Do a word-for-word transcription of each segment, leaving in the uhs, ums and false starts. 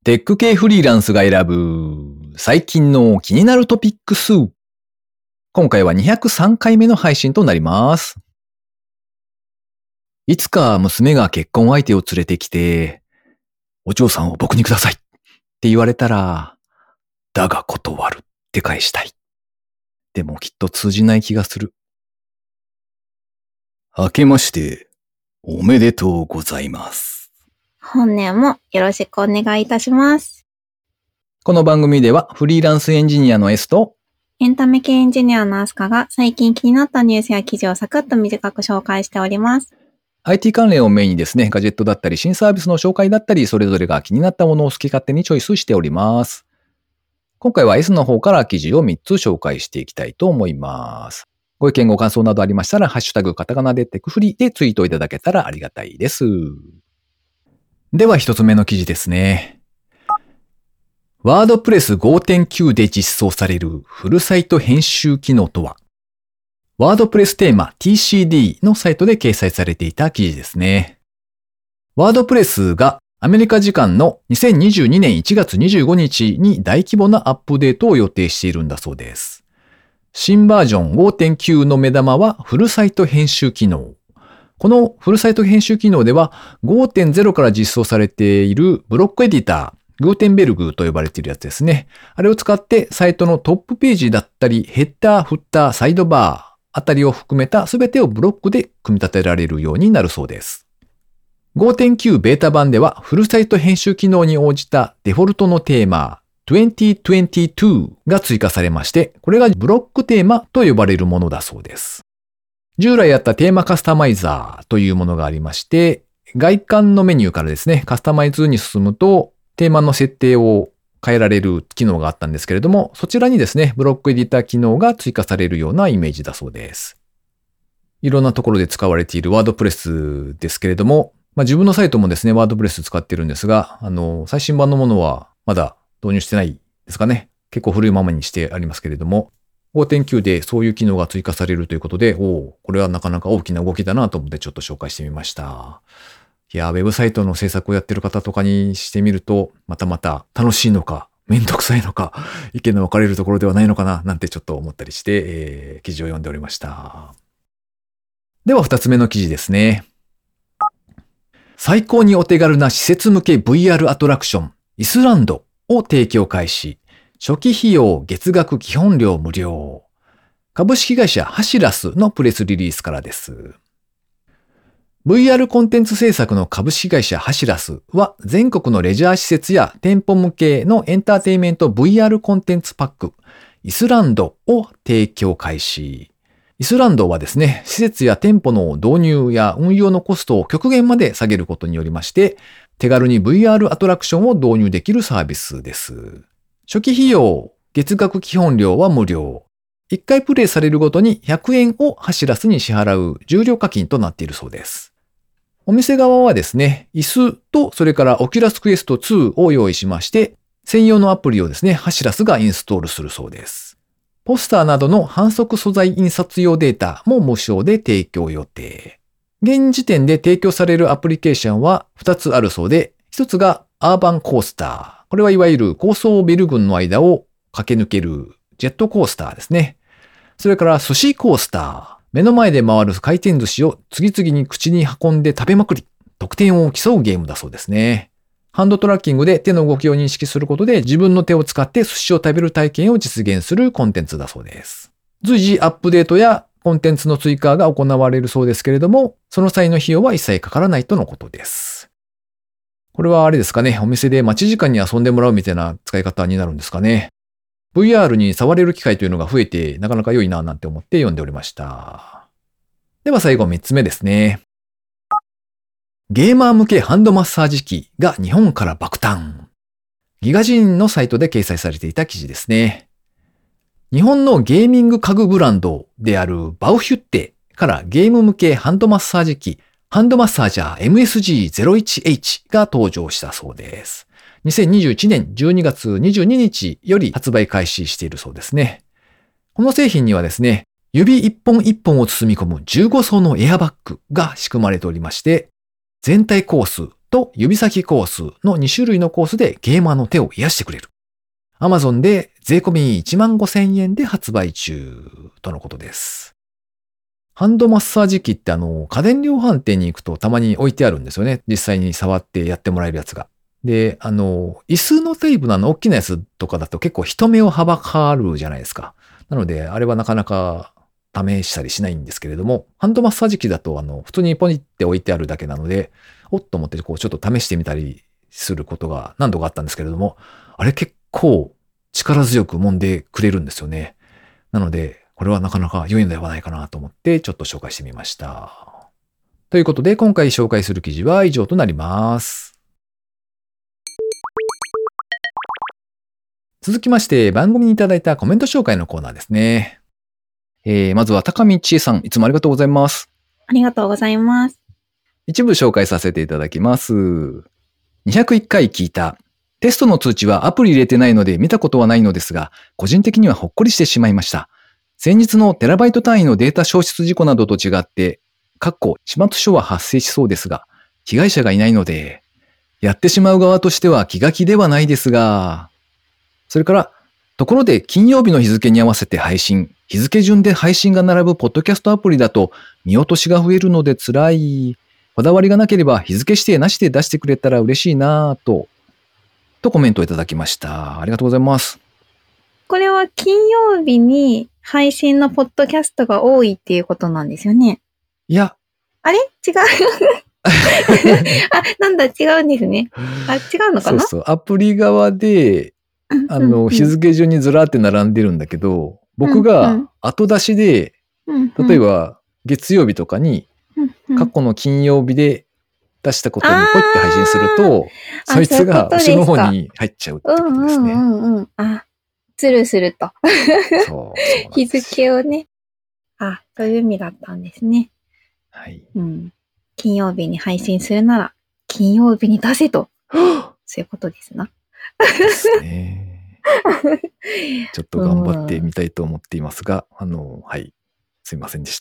テック系フリーランスが選ぶ最近の気になるトピックス。今回はにひゃくさんかいめの配信となります。いつか娘が結婚相手を連れてきて、お嬢さんを僕にくださいって言われたら、だが断るって返したい。でもきっと通じない気がする。明けまして、おめでとうございます。 本年もよろしくお願いいたします。 この番組ではフリーランスエンジニアの S とエンタメ系エンジニアのアスカが最近気になったニュースや記事をサクッと短く紹介しております。 アイティー 関連をメインにですね、ガジェットだったり新サービスの紹介だったり、それぞれが気になったものを好き勝手にチョイスしております。今回は S の方から記事をみっつ紹介していきたいと思います。ご意見ご感想などありましたら、ハッシュタグカタカナでテクフリでツイートいただけたらありがたいです。では一つ目の記事ですね。ワードプレス ごてんきゅう で実装されるフルサイト編集機能とは、ワードプレステーマ ティーシーディー のサイトで掲載されていた記事ですね。ワードプレスがアメリカ時間のにせんにじゅうにねんいちがつにじゅうごにちに大規模なアップデートを予定しているんだそうです。新バージョン ごてんきゅう の目玉はフルサイト編集機能。このフルサイト編集機能では ごてんゼロ から実装されているブロックエディター、グーテンベルグと呼ばれているやつですね。あれを使ってサイトのトップページだったりヘッダー、フッター、サイドバーあたりを含めた全てをブロックで組み立てられるようになるそうです。ごてんきゅう ベータ版ではフルサイト編集機能に応じたデフォルトのテーマにせんにじゅうにが追加されまして、これがブロックテーマと呼ばれるものだそうです。従来あったテーマカスタマイザーというものがありまして、外観のメニューからですね、カスタマイズに進むとテーマの設定を変えられる機能があったんですけれども、そちらにですね、ブロックエディター機能が追加されるようなイメージだそうです。いろんなところで使われているワードプレスですけれども、まあ、自分のサイトもですね、ワードプレス使ってるんですが、あの、最新版のものはまだ導入してないですかね。結構古いままにしてありますけれども、ごてんきゅう でそういう機能が追加されるということで、おお、これはなかなか大きな動きだなと思ってちょっと紹介してみました。いや、ウェブサイトの制作をやってる方とかにしてみると、またまた楽しいのか、めんどくさいのか、意見の分かれるところではないのかな、なんてちょっと思ったりして、えー、記事を読んでおりました。では二つ目の記事ですね。最高にお手軽な施設向け ブイアール アトラクション、イスランドを提供開始。初期費用月額基本料無料。株式会社ハシラスのプレスリリースからです。ブイアール コンテンツ制作の株式会社ハシラスは全国のレジャー施設や店舗向けのエンターテインメント ブイアール コンテンツパックイスランドを提供開始。イスランドはですね、施設や店舗の導入や運用のコストを極限まで下げることによりまして、手軽に ブイアール アトラクションを導入できるサービスです。初期費用、月額基本料は無料。いっかいプレイされるごとにひゃくえんをハシラスに支払う重量課金となっているそうです。お店側はですね、椅子とそれからオキュラスクエストツーを用意しまして、専用のアプリをですね、ハシラスがインストールするそうです。ポスターなどの販促素材印刷用データも無償で提供予定。現時点で提供されるアプリケーションはふたつあるそうで、ひとつがアーバンコースター。これはいわゆる高層ビル群の間を駆け抜けるジェットコースターですね。それから寿司コースター。目の前で回る回転寿司を次々に口に運んで食べまくり、得点を競うゲームだそうですね。ハンドトラッキングで手の動きを認識することで自分の手を使って寿司を食べる体験を実現するコンテンツだそうです。随時アップデートやコンテンツの追加が行われるそうですけれども、その際の費用は一切かからないとのことです。これはあれですかね、お店で待ち時間に遊んでもらうみたいな使い方になるんですかね。ブイアール に触れる機会というのが増えてなかなか良いななんて思って読んでおりました。では最後みっつめですね。ゲーマー向けハンドマッサージ機が日本から爆誕。ギガジンのサイトで掲載されていた記事ですね。日本のゲーミング家具ブランドであるバウヒュッテからゲーム向けハンドマッサージ機ハンドマッサージャー エムエスジーゼロいちエイチ が登場したそうです。にせんにじゅういちねんじゅうにがつにじゅうににちより発売開始しているそうですね。この製品にはですね、指一本一本を包み込むじゅうごそうのエアバッグが仕組まれておりまして、全体コースと指先コースのに種類のコースでゲーマーの手を癒してくれる。Amazon で税込みいちまんごせんえんで発売中とのことです。ハンドマッサージ機ってあの、家電量販店に行くとたまに置いてあるんですよね。実際に触ってやってもらえるやつが。で、あの、椅子のタイプのあの、大きなやつとかだと結構人目をはばかるじゃないですか。なので、あれはなかなか試したりしないんですけれども、ハンドマッサージ機だとあの、普通にポニって置いてあるだけなので、おっと思ってこうちょっと試してみたりすることが何度かあったんですけれども、あれ結構力強く揉んでくれるんですよね。なので、これはなかなか良いのではないかなと思ってちょっと紹介してみました。ということで、今回紹介する記事は以上となります。続きまして、番組にいただいたコメント紹介のコーナーですね。えー、まずは高見千恵さん、いつもありがとうございます。 ありがとうございます。 一部紹介させていただきます。にひゃくいっかい聞いた。テストの通知はアプリ入れてないので見たことはないのですが、個人的にはほっこりしてしまいました。先日のテラバイト単位のデータ消失事故などと違って、かっこ始末書は発生しそうですが、被害者がいないので、やってしまう側としては気が気ではないですが、それから、ところで金曜日の日付に合わせて配信、日付順で配信が並ぶポッドキャストアプリだと見落としが増えるので辛い。こだわりがなければ日付指定なしで出してくれたら嬉しいなぁと、とコメントをいただきました。ありがとうございます。 これは金曜日に配信のポッドキャストが多いっていうことなんですよね。 いや。 あれ違う。あ、なんだ、違うんですね。あ、違うのかな？ そうそう。アプリ側で、あの、日付順にずらーって並んでるんだけど、僕が後出しで、例えば月曜日とかに、過去の金曜日で出したことにポイって配信すると、そいつが後ろの方に入っちゃうってことですね。 うんうんうん。あ、ズルすると。 そう。 日付をね。あ、そういう意味だったんですね。 はい。 うん。金曜日に配信するなら、金曜日に出せと。そういうことですな。 ですね。ちょっと頑張ってみたいと思っていますが、あの、はい。すいませんでした。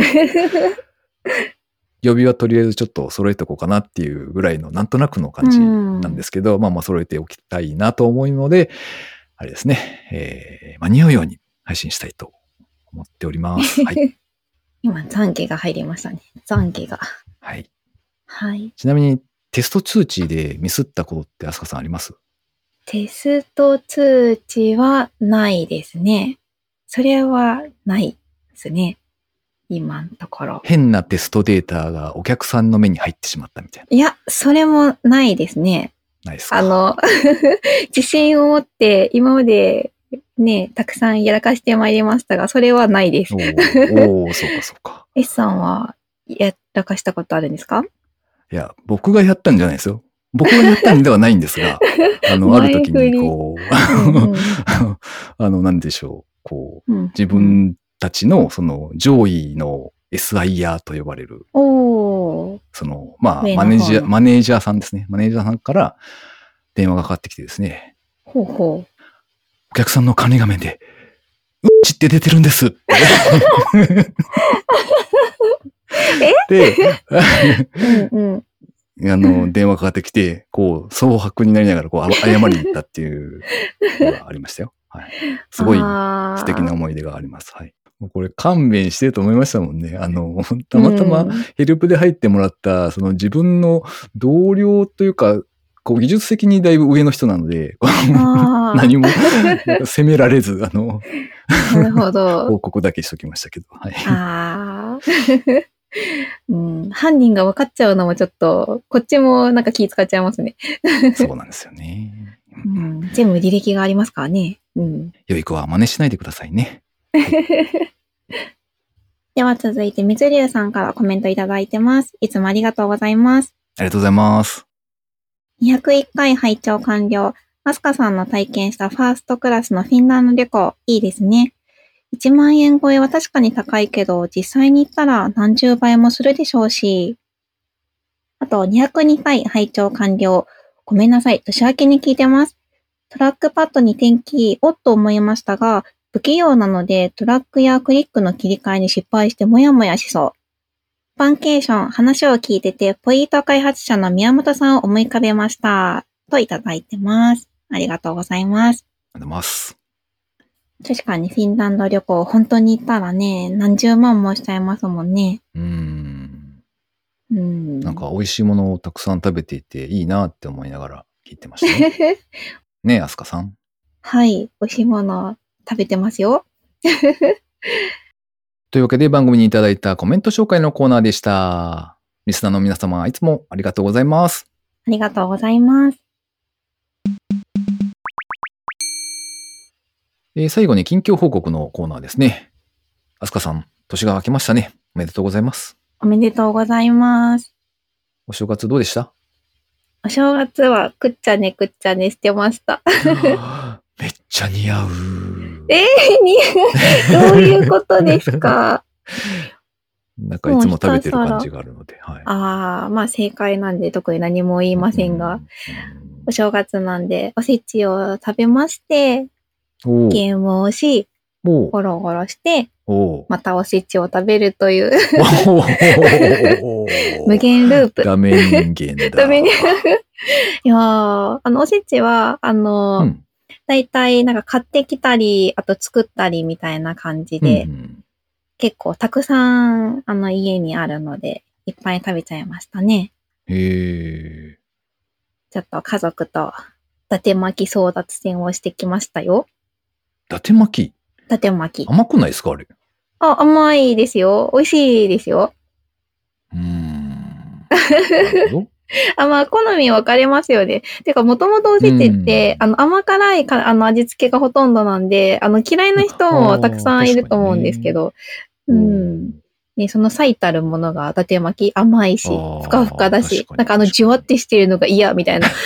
曜日はとりあえずちょっと揃えておこうかなっていうぐらいのなんとなくの感じなんですけど、まあまあ揃えておきたいなと思うので、あれですね、えー、間に合うように配信したいと思っております。はい、 今、懺悔が入りましたね。懺悔が。 はい。 はい。 ちなみにテスト通知でミスったことってあすかさんあります？ テスト通知はないですね。それはないですね。今のところ。 変なテストデータがお客さんの目に入ってしまったみたいな。 いや、それもないですね。 ないですか？ あの、自信を持って今までね、たくさんやらかしてまいりましたが、それはないです。 おー、おーそうかそうか。 S さんはやらかしたことあるんですか？ いや、僕がやったんじゃないですよ。僕がやったんではないんですが、あの、ある時にこう、うんうん、あの、なんでしょう、こう、うんうん、自分たちのその上位の エスアイアー と呼ばれる、 おその、まあ、マネージャー、マネージャーさんですね。マネージャーさんから電話がかかってきてですね。 ほうほう。 お客さんの管理画面で、うんちって出てるんです。で、 うんうんあの、電話かかってきて、こう、蒼白になりながら、こう、謝りに行ったっていうのがありましたよ。はい。すごい素敵な思い出があります。はい。これ勘弁してると思いましたもんね。あの、たまたまヘルプで入ってもらった、その自分の同僚というか、こう、技術的にだいぶ上の人なので、何も責められず、あの、 なるほど。 報告だけしときましたけど。はい。 あうん、犯人が分かっちゃうのもちょっと、こっちもなんか気使っちゃいますね。 そうなんですよね、 うん。全部履歴がありますからね。うん。 良い子は真似しないでくださいね。 はい、では続いて、みつりゅうさんからコメントいただいてます。いつもありがとうございます。 ありがとうございます。 にひゃくいっかい拝聴完了。アスカさんの体験したファーストクラスのフィンランド旅行、いいですね。いちまんえん超えは確かに高いけど、実際に行ったら何十倍もするでしょうし。あと、にひゃくにかい拝聴完了。ごめんなさい、年明けに聞いてます。トラックパッドに転記、おっと思いましたが、不器用なのでトラックやクリックの切り替えに失敗してモヤモヤしそう。 バンケーション、話を聞いてて、ポイント開発者の宮本さんを思い浮かべました。といただいてます。ありがとうございます。 ありがとうございます。 確かにフィンランド旅行、本当に行ったらね、何十万もしちゃいますもんね。 うーん。 うん。 なんか美味しいものをたくさん食べていていいなって思いながら聞いてましたね。ねえ、アスカさん。 はい、美味しいもの食べてますよ。 というわけで番組にいただいたコメント紹介のコーナーでした。リスナーの皆様、いつもありがとうございます。 ありがとうございます。 えー、最後に近況報告のコーナーですね。アスカさん、年が明けましたね。おめでとうございます。 おめでとうございます。 お正月どうでした？ お正月はくっちゃねくっちゃねしてました。 めっちゃ似合う。 えー、似合う。どういうことですか？ なんかいつも食べてる感じがあるので。はい、 ああ、まあ正解なんで特に何も言いませんが、お正月なんでおせちを食べまして、ゲームをし、ゴロゴロして、またおせちを食べるという無限ループ。 ダメ人間だ。 ダメ人間。いやー、あのおせちは、あの、うん、だいたいなんか買ってきたり、あと作ったりみたいな感じで、うんうん、結構たくさんあの家にあるので、いっぱい食べちゃいましたね。 へー。 ちょっと家族と伊達巻き争奪戦をしてきましたよ。 伊達巻き？ 伊達巻き。 甘くないですかあれ？ あ、甘いですよ。美味しいですよ。 うーん。なるほど。 あ、まあ、好み分かれますよね。てか、もともとおせちって、あの、甘辛いか、あの、味付けがほとんどなんで、あの、嫌いな人もたくさんいると思うんですけど、うん。ね、その最たるものが、伊達巻き、甘いし、ふかふかだし、なんかあの、じゅわってしてるのが嫌みたいな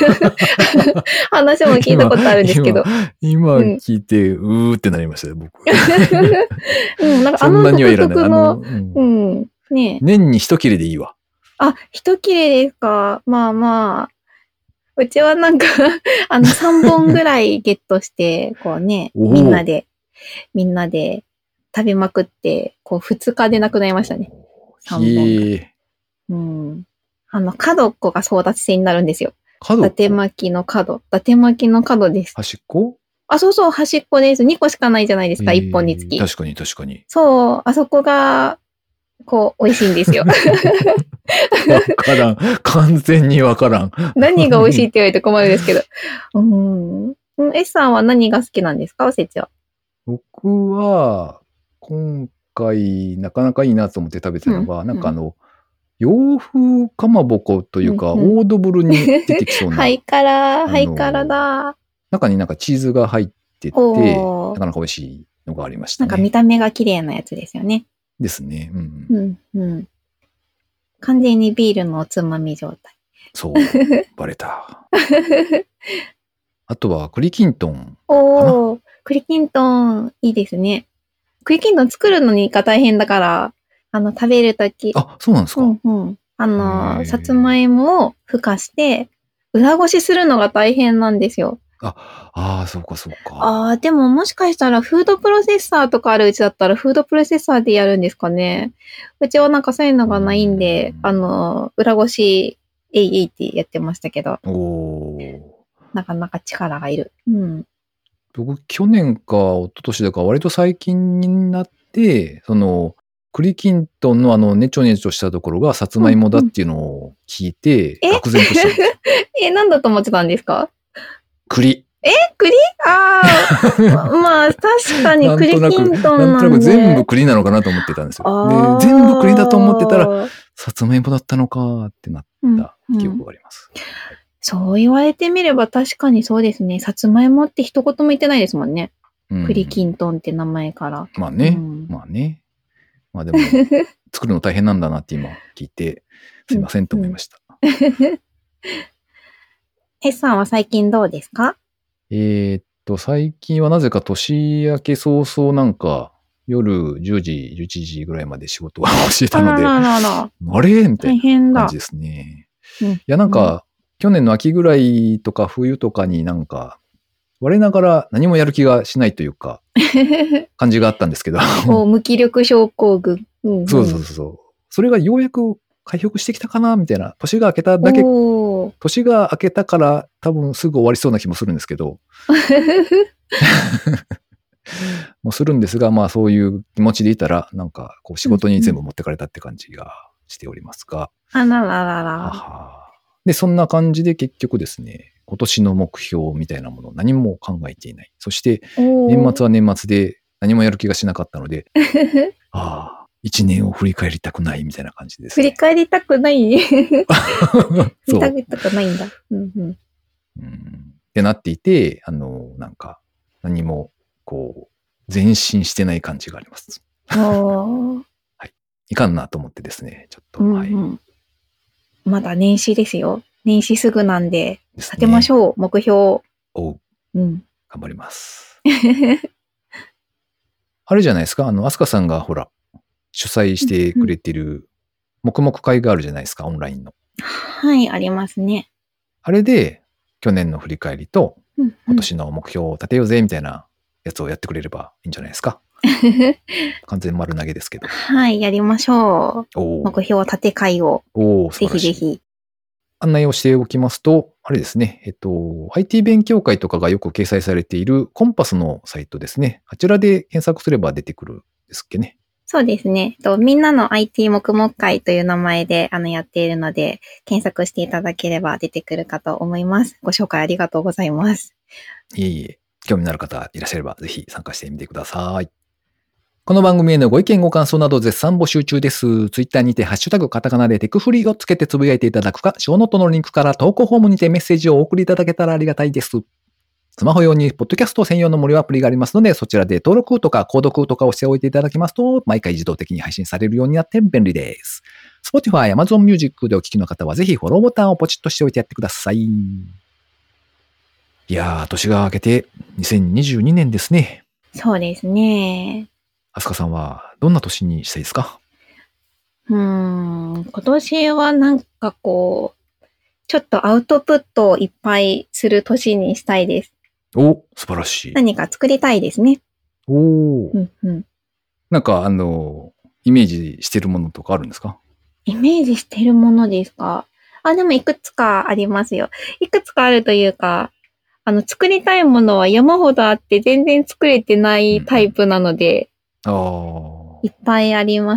話も聞いたことあるんですけど。 今、今聞いて、うん、うーってなりましたよ、僕。 うん、なんかあの独特の、うん、ね。 年に一切れでいいわ。 あ、一切れですか。まあまあ。うちはなんか、あの、さんぼんぐらいゲットして、こうね、みんなで、みんなで食べまくって、こう、ふつかでなくなりましたね。さんぼん。うん。あの、角っこが争奪戦になるんですよ。角？伊達巻きの角。伊達巻きの角です。 端っこ？あ、 そうそう、端っこです。にこしかないじゃないですか、いっぽんにつき。 確かに確かに。 そう、あそこが、こう、美味しいんですよ。 わからん。完全にわからん。 何が美味しいって言われて困るんですけど。うん。S さんは何が好きなんですか、おせちは。 僕は、今回、なかなかいいなと思って食べたのが、うん、なんかあの、洋風かまぼこというか、うんうん、オードブルに出てきそうな。 ハイカラ、ハイカラだ。 中になんかチーズが入ってて、なかなか美味しいのがありましたね。 なんか見た目が綺麗なやつですよね。 ですね。うん、 うん。うんうん。完全にビールのおつまみ状態。 そう。バレた。あとは栗きんとん。 おー、栗きんとん、いいですね。栗きんとん作るのにが大変だから、あの、食べるとき。 あ、そうなんですか？ うんうん。あの、さつまいもをふかして、裏ごしするのが大変なんですよ。 あ、ああ、そうかそうか。 ああ、でももしかしたらフードプロセッサーとかあるうちだったらフードプロセッサーでやるんですかね。うちはなんかそういうのがないんで、あの、裏ごし、えいえいってやってましたけど。おー。なかなか力がいる。うん。 僕、去年か一昨年だか割と最近になって、その、栗きんとんのあの、ねちょねちょしたところがさつまいもだっていうのを聞いて、愕然としたんですよ。 え、なんだと思ってたんですか？ 栗。 え栗？ああ、まあ確かに栗きんとんなんで。 なんとなく全部栗なのかなと思ってたんですよ。で、全部栗だと思ってたら、さつまいもだったのかってなった記憶があります。うんうん、 そう言われてみれば確かにそうですね。さつまいもって一言も言ってないですもんね。うん、栗きんとんって名前から。 まあね、うん、まあね。まあでも、作るの大変なんだなって今聞いて、すいませんと思いました。 ヘスさんは最近どうですか？ えー、っと、最近はなぜか年明け早々なんか、夜じゅうじ、じゅういちじぐらいまで仕事をしてたので、 あらららあれみたいな感じですね。うん、いや、なんか、うん、去年の秋ぐらいとか冬とかになんか、我ながら何もやる気がしないというか、感じがあったんですけど。 無気力症候群。 うんうん、そうそうそう。 それがようやく回復してきたかなみたいな、年が明けただけ、 おー。 年が明けたから多分すぐ終わりそうな気もするんですけど、もうするんですが、まあそういう気持ちでいたら、なんかこう仕事に全部持ってかれたって感じがしておりますが。 あらららはら。 はで、そんな感じで結局ですね、今年の目標みたいなものを何も考えていない。そして年末は年末で何もやる気がしなかったので、ああ、一年を振り返りたくないみたいな感じですね。 振り返りたくない振りそう。 返りたくないんだ。うんうんうんってなっていて、あの、なんか何もこう前進してない感じがあります。 おー。 はい。いかんなと思ってですね、ちょっと、 うんうんはい。 まだ年始ですよ。年始すぐなんで、 ですね立てましょう、目標。 おう、 うん。 頑張ります。あれじゃないですか、あの、アスカさんがほら、主催してくれてる、黙々会があるじゃないですか、オンラインの。 はい、ありますね。 あれで、去年の振り返りと、 うんうん今年の目標を立てようぜ、みたいなやつをやってくれればいいんじゃないですか。完全丸投げですけど。 はい、やりましょう。 おー目標立て会を。 おー素ぜ晴らしい。 ひぜひ。 案内をしておきますと、あれですね、えっと、アイティー 勉強会とかがよく掲載されているコンパスのサイトですね。あちらで検索すれば出てくるんですっけね。 そうですね。とみんなの アイティー 黙々会という名前であのやっているので、検索していただければ出てくるかと思います。ご紹介ありがとうございます。 いえいえ、興味のある方いらっしゃればぜひ参加してみてください。この番組へのご意見ご感想など絶賛募集中です。ツイッターにてハッシュタグカタカナでテクフリーをつけてつぶやいていただくか、ショーノートのリンクから投稿フォームにてメッセージをお送りいただけたらありがたいです。スマホ用にポッドキャスト専用の無料アプリがありますので、そちらで登録とか購読とかをしておいていただきますと、毎回自動的に配信されるようになって便利です。Spotify、Amazon Music でお聞きの方はぜひフォローボタンをポチッとしておいてやってください。いやー、年が明けてにせんにじゅうにねんですね。 そうですね。 アスカさんはどんな年にしたいですか？ うーん、今年はなんかこう、ちょっとアウトプットをいっぱいする年にしたいです。 お、素晴らしい。 何か作りたいですね。 おー。 うんうん。 なんかあの、イメージしてるものとかあるんですか？ イメージしてるものですか？あ、でもいくつかありますよ。いくつかあるというか、あの、作りたいものは山ほどあって全然作れてないタイプなので、 ああ。 いっぱいあります。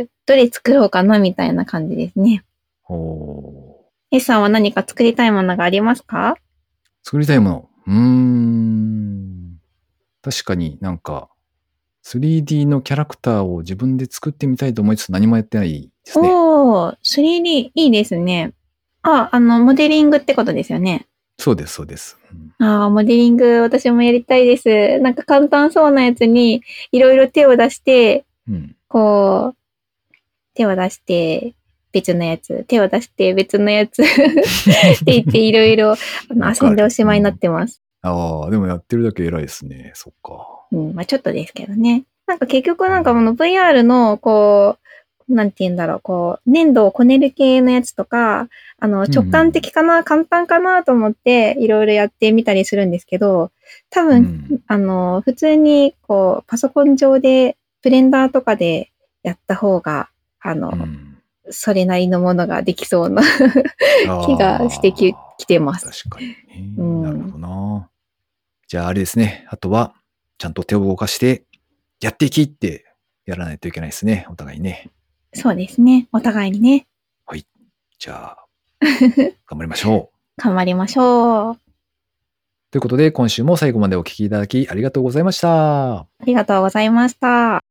どれ作ろうかなみたいな感じですね。 おー。 S さんは何か作りたいものがありますか？ 作りたいもの。うーん。確かになんか スリーディー のキャラクターを自分で作ってみたいと思いつつ何もやってないですね。 おー、スリーディー いいですね。あ、あの、モデリングってことですよね。 そうです、そうです。うんああ、モデリング私もやりたいです。なんか簡単そうなやつにいろいろ手を出して、 うん。 こう、手を出して、別のやつ、手を出して別のやつって言っていろいろあのわかる遊んでおしまいになってます。 ああ、でもやってるだけ偉いですね。そっか。 うん、まあちょっとですけどね。なんか結局なんかこの ブイアール のこう、なんて言うんだろう、こう、粘土をこねる系のやつとか、あの、直感的かな、簡単かなと思っていろいろやってみたりするんですけど、多分、 うんあの、普通にこう、パソコン上で、ブレンダーとかでやった方が、あの、 うんそれなりのものができそうなあー気がしてききてます。 確かにね。 うんなるほどな。じゃああれですね。あとは、ちゃんと手を動かして、やっていきってやらないといけないですね。お互いにね。 そうですね。お互いにね、 はい。じゃあ、頑張りましょう。 頑張りましょう。 ということで、今週も最後までお聞きいただきありがとうございました。 ありがとうございました。